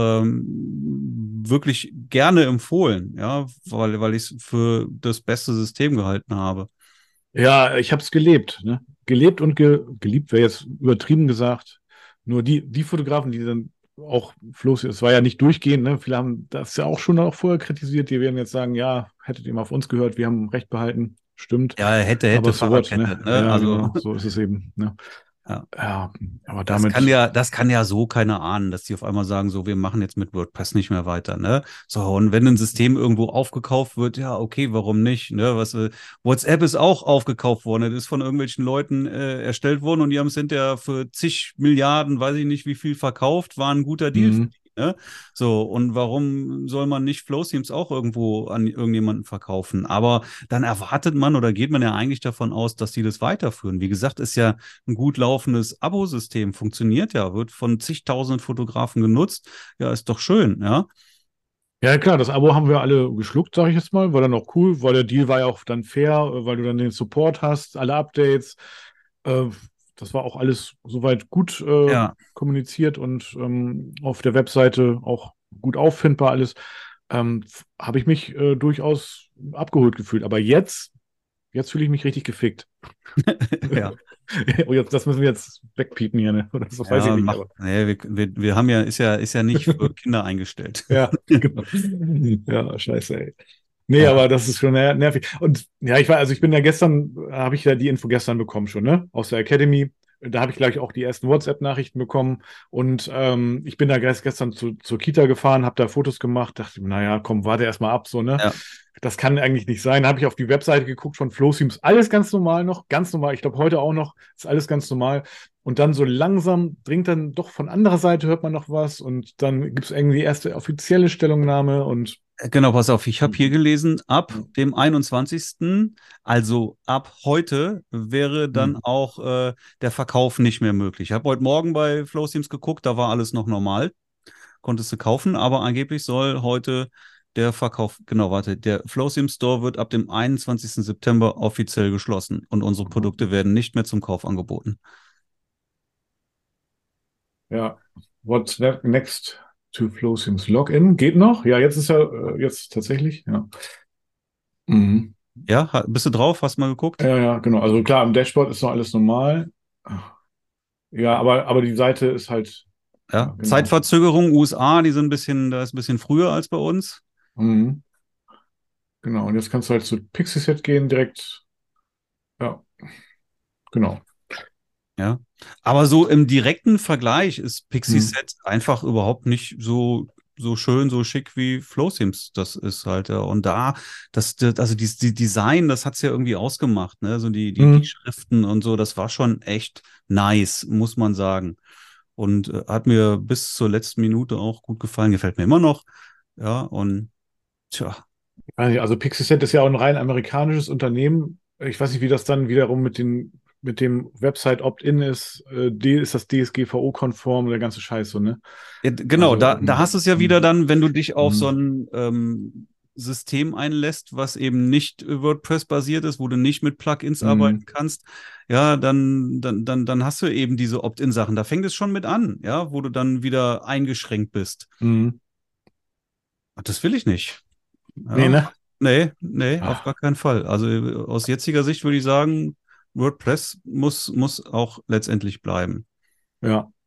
wirklich gerne empfohlen, ja, weil ich es für das beste System gehalten habe. Ja, ich habe es gelebt, ne? Gelebt und geliebt wäre jetzt übertrieben gesagt. Nur die Fotografen, die dann auch Floß, es war ja nicht durchgehend, ne? Viele haben das ja auch schon auch vorher kritisiert. Die werden jetzt sagen, ja, hättet ihr mal auf uns gehört, wir haben Recht behalten. Stimmt. Ja, hätte Aber so what, ne? Fahrradkette, ne? Ja, Also genau, so ist es eben, ne? ja. Ja, aber Das kann damit, ja, das kann ja so keiner ahnen, dass die auf einmal sagen, so, wir machen jetzt mit WordPress nicht mehr weiter, ne? So, und wenn ein System irgendwo aufgekauft wird, ja, okay, warum nicht, ne? WhatsApp ist auch aufgekauft worden, das ist von irgendwelchen Leuten erstellt worden und die haben es hinterher für zig Milliarden, weiß ich nicht wie viel verkauft, war ein guter Deal für hm, die, ne? So, und warum soll man nicht Flowthemes auch irgendwo an irgendjemanden verkaufen? Aber dann erwartet man oder geht man ja eigentlich davon aus, dass die das weiterführen. Wie gesagt, ist ja ein gut laufendes Abosystem, funktioniert ja, wird von zigtausenden Fotografen genutzt. Ja, ist doch schön, ja. ja, klar, das Abo haben wir alle geschluckt, sage ich jetzt mal. War dann auch cool, weil der Deal war ja auch dann fair, weil du dann den Support hast, alle Updates. Äh, Das war auch alles soweit gut Ja, kommuniziert und auf der Webseite auch gut auffindbar alles. Habe ich mich durchaus abgeholt gefühlt. Aber jetzt fühle ich mich richtig gefickt. ja. Oh, jetzt, das müssen wir jetzt wegpiepen hier, ne? Oder so weiß ich Ja, nicht, aber. nee, wir haben ja, ist ja nicht für Kinder eingestellt. Ja, genau. Ja, scheiße, ey. Nee, Ja, aber das ist schon nervig. Und ja, also ich bin ja gestern, habe ich ja die Info gestern bekommen schon, ne? Aus der Academy. Da habe ich gleich auch die ersten WhatsApp-Nachrichten bekommen. Und ich bin da gestern zur Kita gefahren, habe da Fotos gemacht, dachte, naja, komm, warte erst mal ab, so, ne? ja. Das kann eigentlich nicht sein. Habe ich auf die Webseite geguckt von Flowteams, alles ganz normal noch, ganz normal. Ich glaube, heute auch noch, ist alles ganz normal. Und dann so langsam dringt dann doch von anderer Seite, hört man noch was. Und dann gibt es irgendwie erste offizielle Stellungnahme und Genau, pass auf, ich habe hier gelesen, ab hm, dem 21., also ab heute, wäre dann hm, auch der Verkauf nicht mehr möglich. Ich habe heute Morgen bei Flowsteams geguckt, da war alles noch normal, konntest du kaufen, aber angeblich soll heute der Verkauf, genau, warte, der Flowsteams Store wird ab dem 21. September offiziell geschlossen und unsere Produkte werden nicht mehr zum Kauf angeboten. ja. What's next to Flowteams? Login geht noch? Ja, jetzt ist ja jetzt tatsächlich, ja. Mhm. Ja, bist du drauf? Hast du mal geguckt? Ja, ja, genau. Also klar, im Dashboard ist noch alles normal. Ja, aber die Seite ist halt, ja, Ja, genau. Zeitverzögerung, USA, die sind da ist ein bisschen früher als bei uns. Mhm. Genau. Und jetzt kannst du halt zu Pixieset gehen direkt. Ja, genau. Ja, aber so im direkten Vergleich ist Mhm. Pixieset einfach überhaupt nicht so schön, so schick wie Flowsims das ist halt. Ja. Und also die Design, das hat's ja irgendwie ausgemacht, ne? So die Mhm. Schriften und so, das war schon echt nice, muss man sagen. Und hat mir bis zur letzten Minute auch gut gefallen, gefällt mir immer noch. Ja, und tja, Weiß nicht, also Pixieset ist ja auch ein rein amerikanisches Unternehmen. Ich weiß nicht, wie das dann wiederum mit dem Website Opt-in ist. Ist das DSGVO-konform, der ganze Scheiß so, ne? ja, genau, Also, da hast du es ja wieder dann, wenn du dich auf so mhm. ein System einlässt, was eben nicht WordPress-basiert ist, wo du nicht mit Plugins arbeiten Mhm. kannst, ja, dann hast du eben diese Opt-in-Sachen. Da fängt es schon mit an, ja, wo du dann wieder eingeschränkt bist. Mhm. Ach, das will ich nicht. Nee, Ja, ne? nee, auf Ah, gar keinen Fall. Also aus jetziger Sicht würde ich sagen, WordPress muss auch letztendlich bleiben. ja.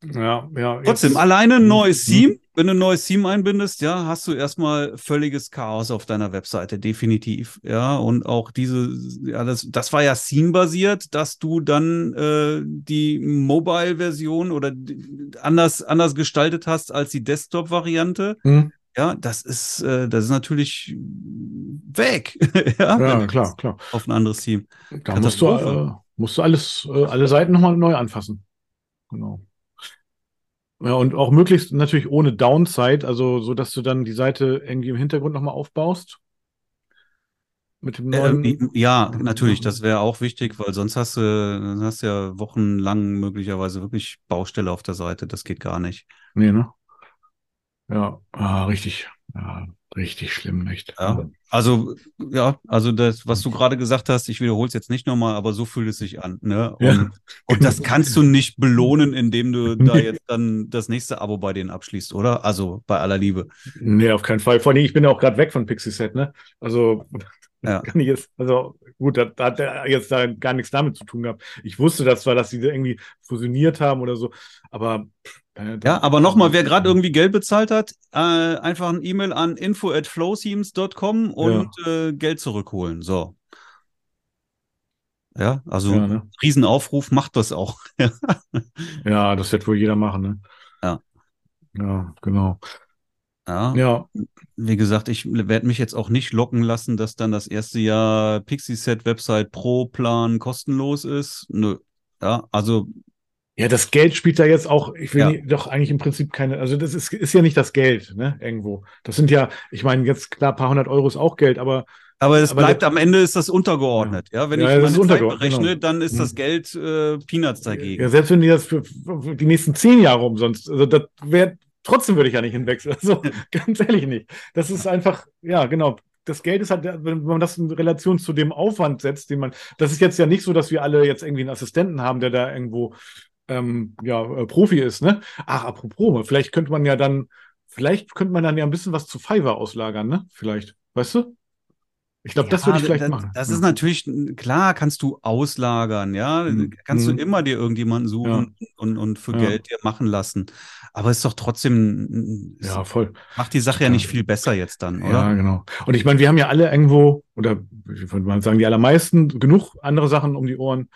Ja, ja. Trotzdem, alleine ein neues Theme, wenn du ein neues Theme einbindest, ja, hast du erstmal völliges Chaos auf deiner Webseite, definitiv. Ja, und auch das war ja Theme-basiert, dass du dann die Mobile-Version oder anders gestaltet hast als die Desktop-Variante. Mhm. Ja, das ist natürlich weg. Ja, wenn Ja, du klar, klar. auf ein anderes Theme. Da musst du alle Seiten nochmal neu anfassen. Genau. Ja, und auch möglichst natürlich ohne Downside, also so, dass du dann die Seite irgendwie im Hintergrund nochmal aufbaust. Mit dem neuen. Ja, natürlich, das wäre auch wichtig, weil sonst hast du ja wochenlang möglicherweise wirklich Baustelle auf der Seite. Das geht gar nicht. Nee, ne? Ja, richtig. Ja, richtig schlimm, echt. Ja, also das, was du gerade gesagt hast, ich wiederhole es jetzt nicht nochmal, aber so fühlt es sich an, ne? Ja, Und das genau. kannst du nicht belohnen, indem du da Nee. jetzt dann das nächste Abo bei denen abschließt, oder? Also bei aller Liebe. Nee, auf keinen Fall. Vor allem, ich bin ja auch gerade weg von Pixieset, ne? Also Ja. kann ich jetzt, also gut, da hat er jetzt da gar nichts damit zu tun gehabt. Ich wusste das zwar, dass sie da irgendwie fusioniert haben oder so, aber Ja, aber nochmal, wer gerade irgendwie Geld bezahlt hat, einfach ein E-Mail an info@flowthemes.com und ja, Geld zurückholen. So. Ja, also ja, ne? Riesenaufruf, macht das auch. Ja, das wird wohl jeder machen, ne? Ja, Ja, genau. ja. Ja, Wie gesagt, ich werde mich jetzt auch nicht locken lassen, dass dann das erste Jahr Pixieset Website pro Plan kostenlos ist. Nö. Ja, also, ja, das Geld spielt da jetzt auch, ich will ja. doch eigentlich im Prinzip keine, also das ist ja nicht das Geld, ne, irgendwo. Das sind ja, ich meine, jetzt klar, ein paar hundert Euro ist auch Geld, Aber es aber bleibt am Ende ist das ja, untergeordnet. Ja, wenn ja, ich das ist meine Zeit untergeordnet, berechne, genau. dann ist das Hm. Geld Peanuts Ja, dagegen. selbst wenn die das für die nächsten 10 Jahre umsonst, also das wäre, trotzdem würde ich ja nicht hinwechseln. Also ganz ehrlich nicht. Das ist einfach, ja, genau. Das Geld ist halt, wenn man das in Relation zu dem Aufwand setzt, das ist jetzt ja nicht so, dass wir alle jetzt irgendwie einen Assistenten haben, der da irgendwo Profi ist, ne? Ach, apropos, vielleicht könnte man dann ja ein bisschen was zu Fiverr auslagern, ne? Vielleicht, weißt du? Ich glaube, das würde Ja, ich vielleicht machen. das ist Ja. natürlich, klar, kannst du auslagern, ja, Mhm. kannst du Mhm. immer dir irgendjemanden Ja, suchen und für ja, Geld dir machen lassen. Aber es ist doch trotzdem, es ja, voll. macht die Sache ja Total. nicht viel besser jetzt dann, oder? Ja, genau. Und ich meine, wir haben ja alle irgendwo, oder ich würde mal sagen, die allermeisten, genug andere Sachen um die Ohren.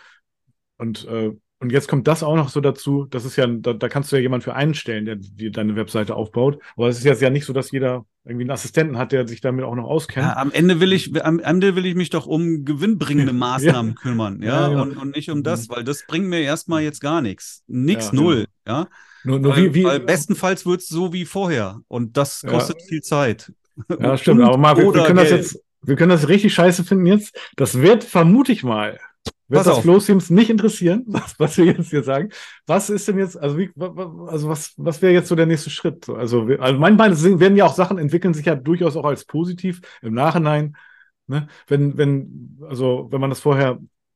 Und jetzt kommt das auch noch so dazu. Das ist ja, da kannst du ja jemanden für einstellen, der dir deine Webseite aufbaut. Aber es ist jetzt ja nicht so, dass jeder irgendwie einen Assistenten hat, der sich damit auch noch Ja, auskennt. am Ende will ich mich doch um gewinnbringende Ja, Maßnahmen kümmern, ja, ja, genau. und nicht um das, weil das bringt mir erstmal jetzt gar nichts. Nix, Ja, null, genau. ja. Nur Weil bestenfalls wird es so wie vorher und das ja, kostet viel Zeit. ja, stimmt. Und Aber Marc, wir oder können das Geld. jetzt, wir können das richtig scheiße finden jetzt. Das wird, vermute ich mal, wird Pass das auf. Flow Teams nicht interessieren, was wir jetzt hier sagen. Was ist denn jetzt, was wäre jetzt so der nächste Schritt? Also manchmal werden ja auch Sachen entwickeln sich ja durchaus auch als positiv im Nachhinein, ne? Wenn man das vorher,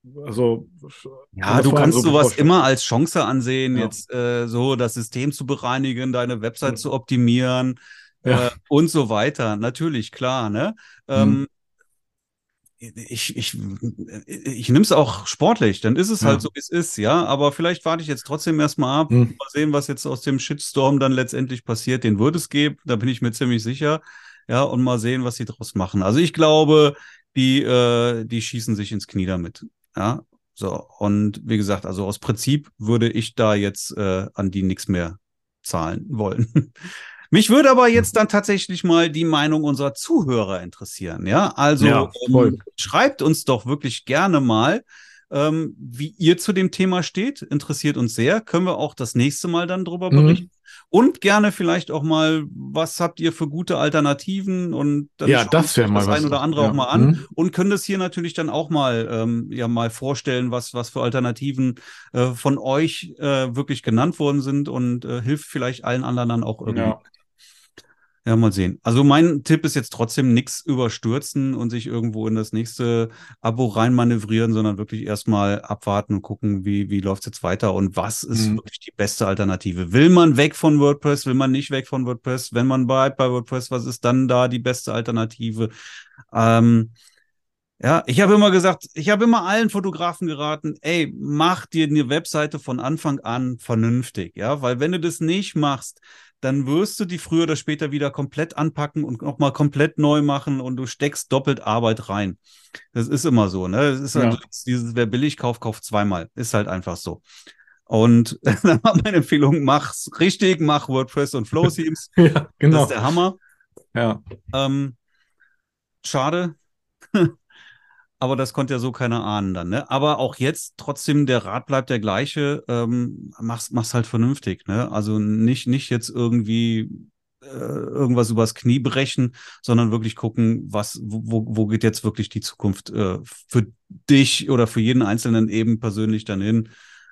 wenn Ja, das du vorher kannst so sowas bevorsteht. immer als Chance ansehen, Ja. jetzt so das System zu bereinigen, deine Website zu optimieren Ja. und so weiter. Natürlich, klar, ne? Hm. Ähm, ich nehme es auch sportlich, dann ist es halt Ja. so, wie es ist, ja. Aber vielleicht warte ich jetzt trotzdem erstmal ab, Hm. mal sehen, was jetzt aus dem Shitstorm dann letztendlich passiert. Den wird es geben, da bin ich mir ziemlich sicher. Ja, und mal sehen, was sie draus machen. Also ich glaube, die schießen sich ins Knie damit. Ja, so. Und wie gesagt, also aus Prinzip würde ich da jetzt an die nichts mehr zahlen wollen. Mich würde aber jetzt dann tatsächlich mal die Meinung unserer Zuhörer interessieren. Ja, also Ja, voll. schreibt uns doch wirklich gerne mal, wie ihr zu dem Thema steht. Interessiert uns sehr. Können wir auch das nächste Mal dann drüber berichten. Und gerne vielleicht auch mal, was habt ihr für gute Alternativen? Und dann Ja, schauen wir das wäre uns mal das was. ein oder andere auch Ja. mal an Hm. und können das hier natürlich dann auch mal, mal vorstellen, was für Alternativen von euch wirklich genannt worden sind und hilft vielleicht allen anderen dann auch irgendwie. Ja. Ja, mal sehen. Also mein Tipp ist jetzt trotzdem nichts überstürzen und sich irgendwo in das nächste Abo reinmanövrieren, sondern wirklich erstmal abwarten und gucken, wie läuft es jetzt weiter und was ist Hm. wirklich die beste Alternative. Will man weg von WordPress, will man nicht weg von WordPress? Wenn man bleibt bei WordPress, was ist dann da die beste Alternative? Ja, Ja, ich habe immer gesagt, ich habe immer allen Fotografen geraten, ey, mach dir eine Webseite von Anfang an vernünftig, ja, weil wenn du das nicht machst, dann wirst du die früher oder später wieder komplett anpacken und nochmal komplett neu machen und du steckst doppelt Arbeit rein. Das ist immer so, ne? Es ist halt Ja, dieses, wer billig kauft, kauft zweimal. Ist halt einfach so. Und dann war meine Empfehlung, mach's richtig, mach WordPress und Flow Themes. ja, Das ist genau. der Hammer. Ja. Ähm, schade, aber das konnte ja so keiner ahnen dann, ne? Aber auch jetzt trotzdem, der Rat bleibt der gleiche, mach's halt vernünftig, ne? Also nicht jetzt irgendwie irgendwas übers Knie brechen, sondern wirklich gucken, wo geht jetzt wirklich die Zukunft für dich oder für jeden Einzelnen eben persönlich dann hin,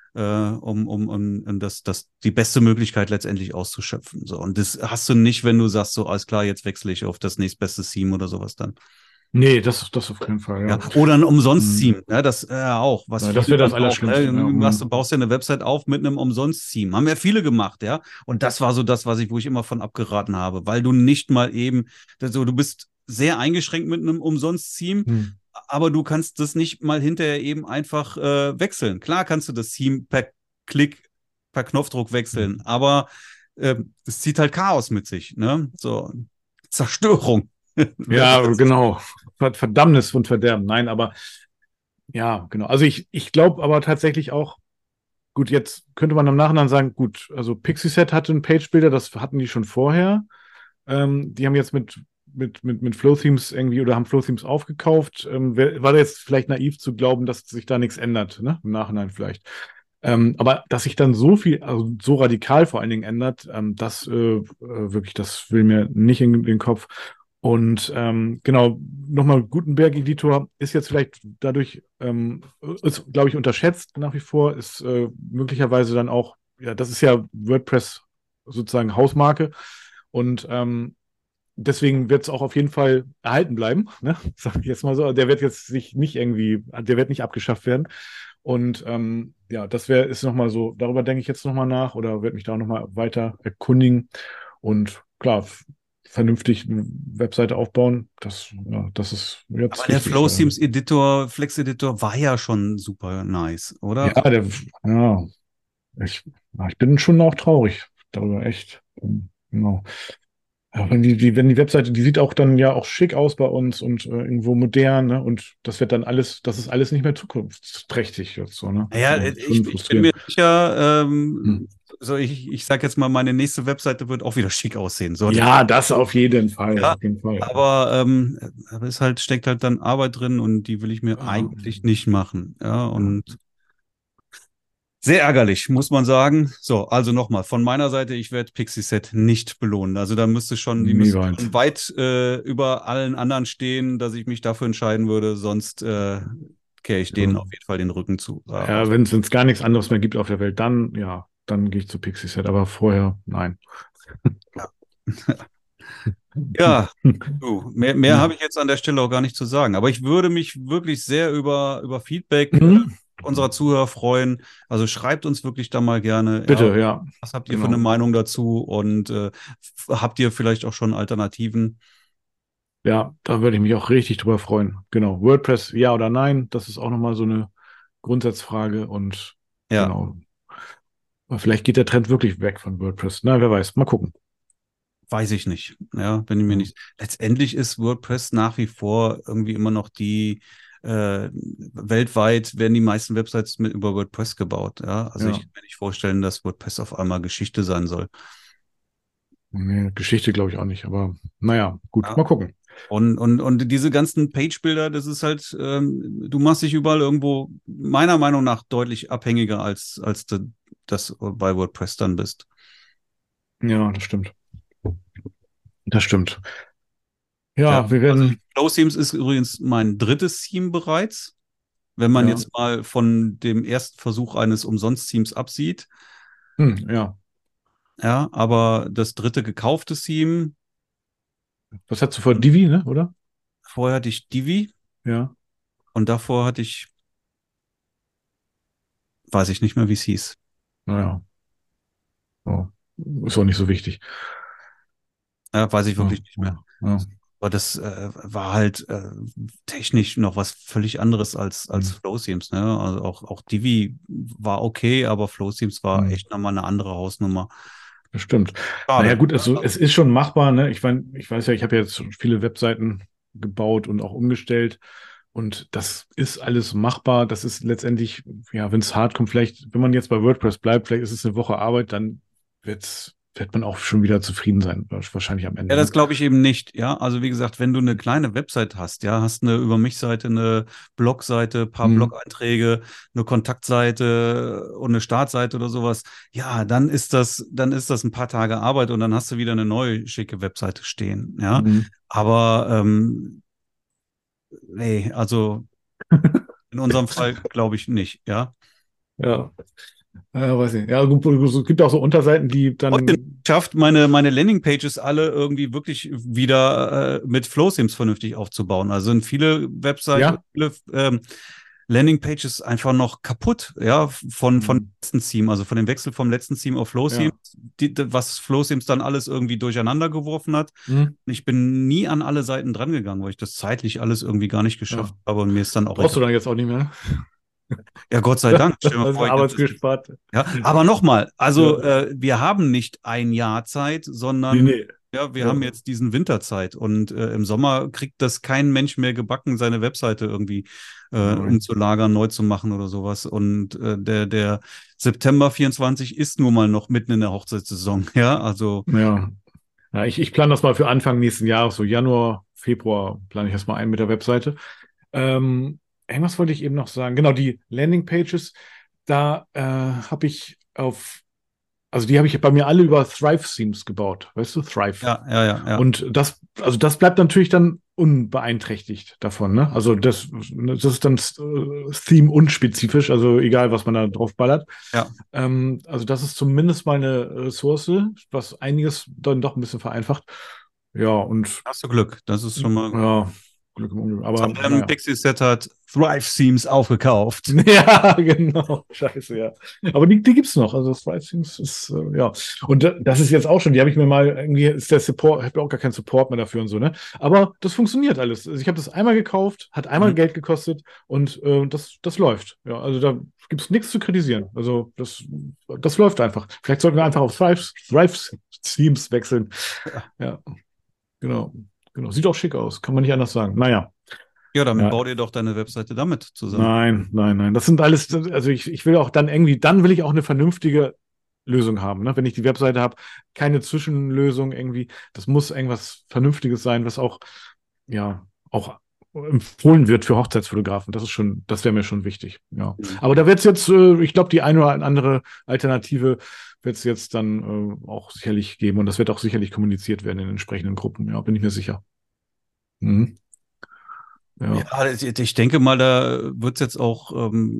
um das die beste Möglichkeit letztendlich auszuschöpfen. So. Und das hast du nicht, wenn du sagst, so, alles klar, jetzt wechsle ich auf das nächstbeste Theme oder sowas dann. Nee, das auf keinen Fall, Ja, ja. oder ein Mhm. Umsonst-Theme, ne? Das auch, was Ja, das viele wäre das dann auch, ne? Allerschlimmste. Ja. Du Mhm. baust ja eine Website auf mit einem Umsonst-Theme. Haben ja viele gemacht, ja. Und das war so das, wo ich immer von abgeraten habe, weil du nicht mal eben, also du bist sehr eingeschränkt mit einem Umsonst-Theme, Mhm. aber du kannst das nicht mal hinterher eben einfach wechseln. Klar kannst du das Theme per Klick, per Knopfdruck wechseln, aber es zieht halt Chaos mit sich, ne? So Zerstörung. Ja, genau. Verdammnis und Verderben. Nein, aber ja, genau. Also ich glaube aber tatsächlich auch, gut, jetzt könnte man im Nachhinein sagen, gut, also Pixieset hatte einen Page-Builder, das hatten die schon vorher. Die haben jetzt mit Flow-Themes irgendwie oder haben Flow-Themes aufgekauft. War da jetzt vielleicht naiv zu glauben, dass sich da nichts ändert, ne? Im Nachhinein vielleicht. Aber dass sich dann so viel, also so radikal vor allen Dingen ändert, das wirklich, das will mir nicht in den Kopf. Und genau, nochmal, Gutenberg-Editor ist jetzt vielleicht dadurch, ist, glaube ich, unterschätzt nach wie vor, ist möglicherweise dann auch, ja, das ist ja WordPress sozusagen Hausmarke. Und deswegen wird es auch auf jeden Fall erhalten bleiben, ne? Sag ich jetzt mal so. Der wird jetzt sich nicht irgendwie, der wird nicht abgeschafft werden. Und ja, ist nochmal so, darüber denke ich jetzt nochmal nach oder werde mich da nochmal weiter erkundigen. Und klar, vernünftig eine Webseite aufbauen, das ist Aber jetzt der wichtig. Flow Themes Editor, Flex Editor war ja schon super nice, oder? Ja, ja, ich bin schon auch traurig darüber, echt. Genau. Ja, wenn die Webseite, die sieht auch dann ja auch schick aus bei uns und irgendwo modern, ne? Und das wird dann alles, das ist alles nicht mehr zukunftsträchtig jetzt so, ne? Ja, So, schon ich bin mir frustrierend. sicher, Hm. so ich sag jetzt mal, meine nächste Webseite wird auch wieder schick aussehen. So, Ja, das auf jeden Fall, ja, auf jeden Fall. aber es halt, steckt halt dann Arbeit drin und die will ich mir Ja, eigentlich nicht machen. Ja, ja. und sehr ärgerlich, muss man sagen. So, also nochmal, von meiner Seite, ich werde Pixieset nicht belohnen. Also da die müsste Niemals. schon weit über allen anderen stehen, dass ich mich dafür entscheiden würde, sonst kehre ich denen Ja, auf jeden Fall den Rücken zu. ja, wenn es gar nichts anderes mehr gibt auf der Welt, dann, ja, dann gehe ich zu Pixieset, aber vorher, nein. Ja, du, mehr Ja. habe ich jetzt an der Stelle auch gar nicht zu sagen. Aber ich würde mich wirklich sehr über Feedback Mhm. unserer Zuhörer freuen. Also schreibt uns wirklich da mal gerne, ja, Bitte, ja, was habt ihr für eine genau. Meinung dazu und habt ihr vielleicht auch schon Alternativen? Ja, da würde ich mich auch richtig drüber freuen. Genau. WordPress, ja oder nein? Das ist auch nochmal so eine Grundsatzfrage und Ja, genau. Aber vielleicht geht der Trend wirklich weg von WordPress. Na, wer weiß. Mal gucken. weiß ich nicht. Ja, bin ich mir Ja, nicht. Letztendlich ist WordPress nach wie vor irgendwie immer noch weltweit werden die meisten Websites über WordPress gebaut. Ja, also ich ja. kann mir nicht vorstellen, dass WordPress auf einmal Geschichte sein soll. Nee, Geschichte glaube ich auch nicht. Aber naja, gut. Ja. Mal gucken. Und diese ganzen Page-Builder, das ist halt, du machst dich überall irgendwo, meiner Meinung nach, deutlich abhängiger, als du das bei WordPress dann bist. Ja, das stimmt. Das stimmt. Ja, Ja, wir also werden, Flow Themes ist übrigens mein drittes Theme bereits. Wenn man ja, jetzt mal von dem ersten Versuch eines Umsonst-Themes absieht. ja. Ja, aber das dritte gekaufte Theme, Was hast du vor Divi, ne, oder? vorher hatte ich Divi Ja, und davor hatte ich, weiß ich nicht mehr, wie es hieß. naja. Oh. Ist auch nicht so wichtig. Ja, weiß ich Ja, wirklich nicht mehr. ja, ja. Aber das war halt technisch noch was völlig anderes als Flowthemes, ne? Also auch Divi war okay, aber Flowthemes war echt nochmal eine andere Hausnummer. Das stimmt. Naja, Schade. gut, also es ist schon machbar, ne? Ich meine, ich weiß ja, ich habe jetzt schon viele Webseiten gebaut und auch umgestellt. Und das ist alles machbar. Das ist letztendlich, ja, wenn es hart kommt, vielleicht, wenn man jetzt bei WordPress bleibt, vielleicht ist es eine Woche Arbeit, dann wird man auch schon wieder zufrieden sein, wahrscheinlich am Ende. Ja, das Ne? glaube ich eben nicht. Ja, also wie gesagt, wenn du eine kleine Website hast, ja, hast eine Über mich-Seite, eine Blogseite, paar Mhm. Blog-Einträge, eine Kontaktseite und eine Startseite oder sowas, ja, dann ist das ein paar Tage Arbeit und dann hast du wieder eine neue schicke Webseite stehen. Ja, Mhm. aber nee, also in unserem Fall glaube ich nicht. Ja. Ja, weiß nicht. Ja, gut, es gibt auch so Unterseiten, die Heute dann. schafft, meine Landingpages alle irgendwie wirklich wieder mit Flowthemes vernünftig aufzubauen. Also sind viele Websites, Ja. viele Landingpages einfach noch kaputt, ja, von dem Mhm. letzten Theme, also von dem Wechsel vom letzten Theme auf Flowthemes, Ja. was Flowthemes dann alles irgendwie durcheinander geworfen hat. Mhm. Ich bin nie an alle Seiten drangegangen, weil ich das zeitlich alles irgendwie gar nicht geschafft Ja. habe und mir ist dann auch Brauchst du egal. dann jetzt auch nicht mehr? Ja, Gott sei Dank. Stell dir mal Also vor, ich hätte das. arbeitsgespart. Ja, aber nochmal, Ja. also wir haben nicht ein Jahr Zeit, Nee, sondern nee. ja, wir Ja. haben jetzt diesen Winterzeit und im Sommer kriegt das kein Mensch mehr gebacken, seine Webseite irgendwie Nein. umzulagern, neu zu machen oder sowas. Und der September 24 ist nun mal noch mitten in der Hochzeitssaison. Ja, also Ja. Ja, ich plane das mal für Anfang nächsten Jahres, so Januar, Februar plane ich das mal ein mit der Webseite. Irgendwas wollte ich eben noch sagen. Genau, die Landingpages, da habe ich also die habe ich bei mir alle über Thrive-Themes gebaut. Weißt du, Thrive. ja, ja, ja, ja. Und das bleibt natürlich dann unbeeinträchtigt davon, ne? Also das ist dann Theme unspezifisch, also egal, was man da drauf ballert. Ja, Also das ist zumindest mal eine Ressource, was einiges dann doch ein bisschen vereinfacht. Ja, und hast du Glück. Das ist schon mal. ja, Glück im Unglück. Aber naja. Pixie-Set hat Thrive Themes aufgekauft. Ja, genau. Scheiße, ja. Aber die gibt's noch. Also das Thrive Themes ist, ja. Und das ist jetzt auch schon, die habe ich mir mal, irgendwie ist der Support, ich habe auch gar keinen Support mehr dafür und so, ne? Aber das funktioniert alles. Also ich habe das einmal gekauft, hat einmal Mhm. Geld gekostet und das läuft. Ja, also da gibt's nichts zu kritisieren. Also das läuft einfach. Vielleicht sollten wir einfach auf Thrive Themes wechseln. Ja. Ja, genau. Genau. Sieht auch schick aus, kann man nicht anders sagen. Naja. Ja, damit Ja, bau dir doch deine Webseite damit zusammen. nein, nein, nein. Das sind alles, also ich will auch dann irgendwie, dann will ich auch eine vernünftige Lösung haben. Ne? Wenn ich die Webseite habe, keine Zwischenlösung irgendwie. Das muss irgendwas Vernünftiges sein, was auch, ja, auch empfohlen wird für Hochzeitsfotografen. Das wäre mir schon wichtig. Ja. Mhm. Aber da wird es jetzt, ich glaube, die eine oder andere Alternative wird es jetzt dann auch sicherlich geben und das wird auch sicherlich kommuniziert werden in entsprechenden Gruppen. Ja, bin ich mir sicher. Mhm. Ja. Ja, ich denke mal, da wird es jetzt auch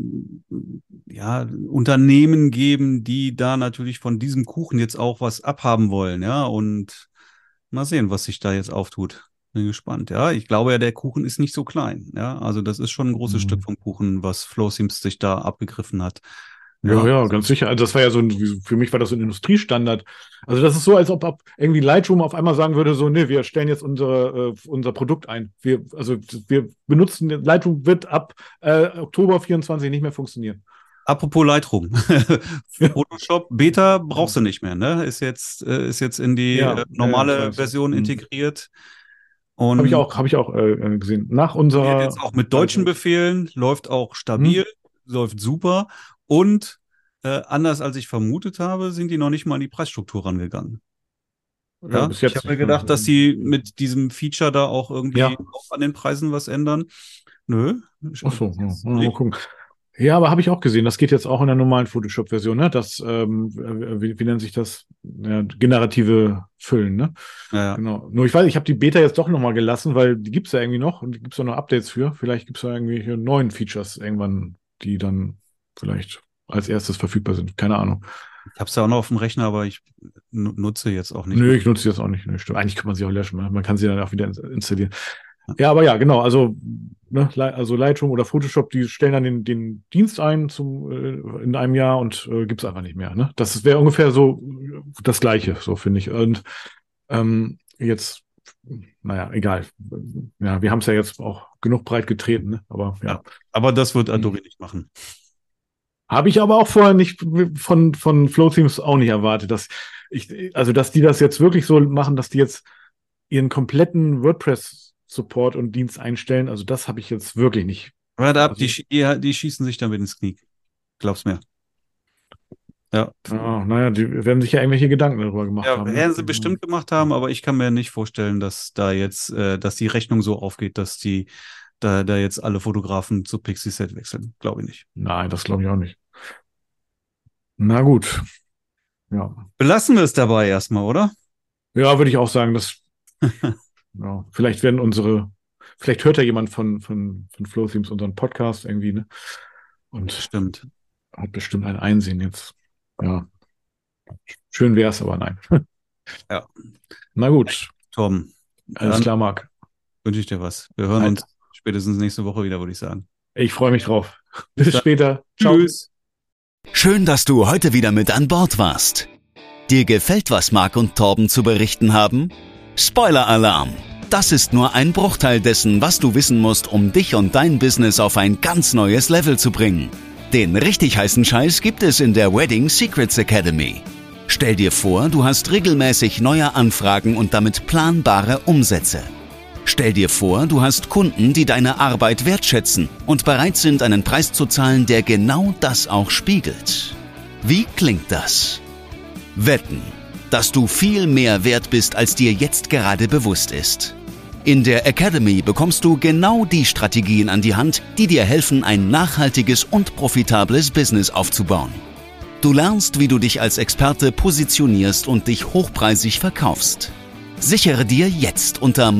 ja, Unternehmen geben, die da natürlich von diesem Kuchen jetzt auch was abhaben wollen, ja. Und mal sehen, was sich da jetzt auftut. Bin gespannt, ja. Ich glaube ja, der Kuchen ist nicht so klein, ja. Also das ist schon ein großes Stück Mhm. vom Kuchen, was Flowseams sich da abgegriffen hat. Ja, Ja, ja, ganz sicher. Also das war ja für mich war das so ein Industriestandard. Also das ist so, als ob irgendwie Lightroom auf einmal sagen würde, so, nee, wir stellen jetzt unser Produkt ein. Wir benutzen, Lightroom wird ab Oktober 24 nicht mehr funktionieren. apropos Lightroom. Ja, Photoshop Beta brauchst du nicht mehr, ne? Ist jetzt in die ja, ja, ich normale weiß. Version Hm. integriert. Habe Und hab ich auch gesehen. Nach funktioniert jetzt unserer auch mit deutschen Lightroom. Befehlen, läuft auch Hm? stabil, läuft super. Und anders als ich vermutet habe, sind die noch nicht mal an die Preisstruktur rangegangen. Ja, Ja, bis ich jetzt habe mir nicht. Ne? gedacht, dass sie mit diesem Feature da auch irgendwie Ja, auch an den Preisen was ändern. Nö, ach so, ja. Mal nicht. gucken. Ja, aber habe ich auch gesehen. Das geht jetzt auch in der normalen Photoshop-Version, ne? Das, wie nennt sich das? Ja, generative Füllen, ne? Ja, ja. Genau. Nur ich weiß, ich habe die Beta jetzt doch nochmal gelassen, weil die gibt's ja irgendwie noch und die gibt's ja noch Updates für. Vielleicht gibt's ja irgendwelche neuen Features irgendwann, die dann vielleicht als erstes verfügbar sind. Keine Ahnung. Ich habe es ja auch noch auf dem Rechner, aber ich nutze jetzt auch nicht Nö, mehr. ich nutze die jetzt auch nicht. Nö, stimmt. Eigentlich kann man sie auch löschen. Ne? Man kann sie dann auch wieder installieren. Ja, aber ja, genau. Also, ne, also Lightroom oder Photoshop, die stellen dann den Dienst ein in einem Jahr und gibt's einfach nicht mehr. Ne? Das wäre ungefähr so das Gleiche, so finde ich. Und jetzt naja, egal. Ja, wir haben es ja jetzt auch genug breit getreten, ne? Aber ja. Aber das wird Adori nicht machen. Habe ich aber auch vorher nicht von Flowthemes auch nicht erwartet, dass die das jetzt wirklich so machen, dass die jetzt ihren kompletten WordPress-Support und Dienst einstellen. Also das habe ich jetzt wirklich nicht. Warte ab, die schießen sich damit ins Knie. Glaub's mir. Ja. Naja, die werden sich ja irgendwelche Gedanken darüber gemacht haben. Ja, werden sie bestimmt gemacht haben, aber ich kann mir nicht vorstellen, dass da jetzt, dass die Rechnung so aufgeht, dass die da jetzt alle Fotografen zu Pixieset wechseln. Glaube ich nicht. Nein, das glaube ich auch nicht. Na gut. Ja. Belassen wir es dabei erstmal, oder? Ja, würde ich auch sagen, dass ja, vielleicht hört ja jemand von Flowthemes unseren Podcast irgendwie, ne? Und Stimmt. hat bestimmt ein Einsehen jetzt. Ja. Schön wär's, aber nein. Ja. Na gut. Torben. Alles klar, Marc. Wünsche ich dir was. Wir hören uns spätestens nächste Woche wieder, würde ich sagen. Ich freue mich drauf. Bis später. Ciao. Tschüss. Schön, dass du heute wieder mit an Bord warst. Dir gefällt, was Marc und Torben zu berichten haben? Spoiler-Alarm! Das ist nur ein Bruchteil dessen, was du wissen musst, um dich und dein Business auf ein ganz neues Level zu bringen. Den richtig heißen Scheiß gibt es in der Wedding Secrets Academy. Stell dir vor, du hast regelmäßig neue Anfragen und damit planbare Umsätze. Stell dir vor, du hast Kunden, die deine Arbeit wertschätzen und bereit sind, einen Preis zu zahlen, der genau das auch spiegelt. Wie klingt das? Wetten, dass du viel mehr wert bist, als dir jetzt gerade bewusst ist. In der Academy bekommst du genau die Strategien an die Hand, die dir helfen, ein nachhaltiges und profitables Business aufzubauen. Du lernst, wie du dich als Experte positionierst und dich hochpreisig verkaufst. Sichere dir jetzt unter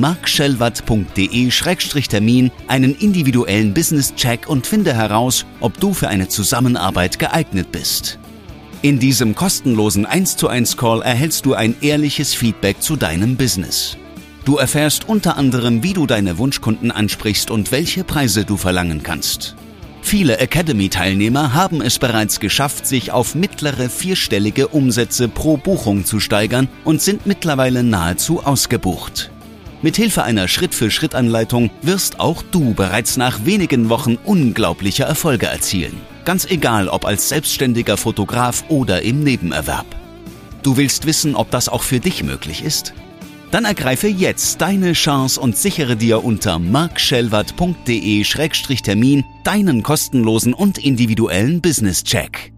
markschellwatt.de/Termin einen individuellen Business-Check und finde heraus, ob du für eine Zusammenarbeit geeignet bist. In diesem kostenlosen 1:1 Call erhältst du ein ehrliches Feedback zu deinem Business. Du erfährst unter anderem, wie du deine Wunschkunden ansprichst und welche Preise du verlangen kannst. Viele Academy-Teilnehmer haben es bereits geschafft, sich auf mittlere vierstellige Umsätze pro Buchung zu steigern und sind mittlerweile nahezu ausgebucht. Mithilfe einer Schritt-für-Schritt-Anleitung wirst auch du bereits nach wenigen Wochen unglaubliche Erfolge erzielen. Ganz egal, ob als selbstständiger Fotograf oder im Nebenerwerb. Du willst wissen, ob das auch für dich möglich ist? Dann ergreife jetzt deine Chance und sichere dir unter markschellwatt.de/Termin deinen kostenlosen und individuellen Business-Check.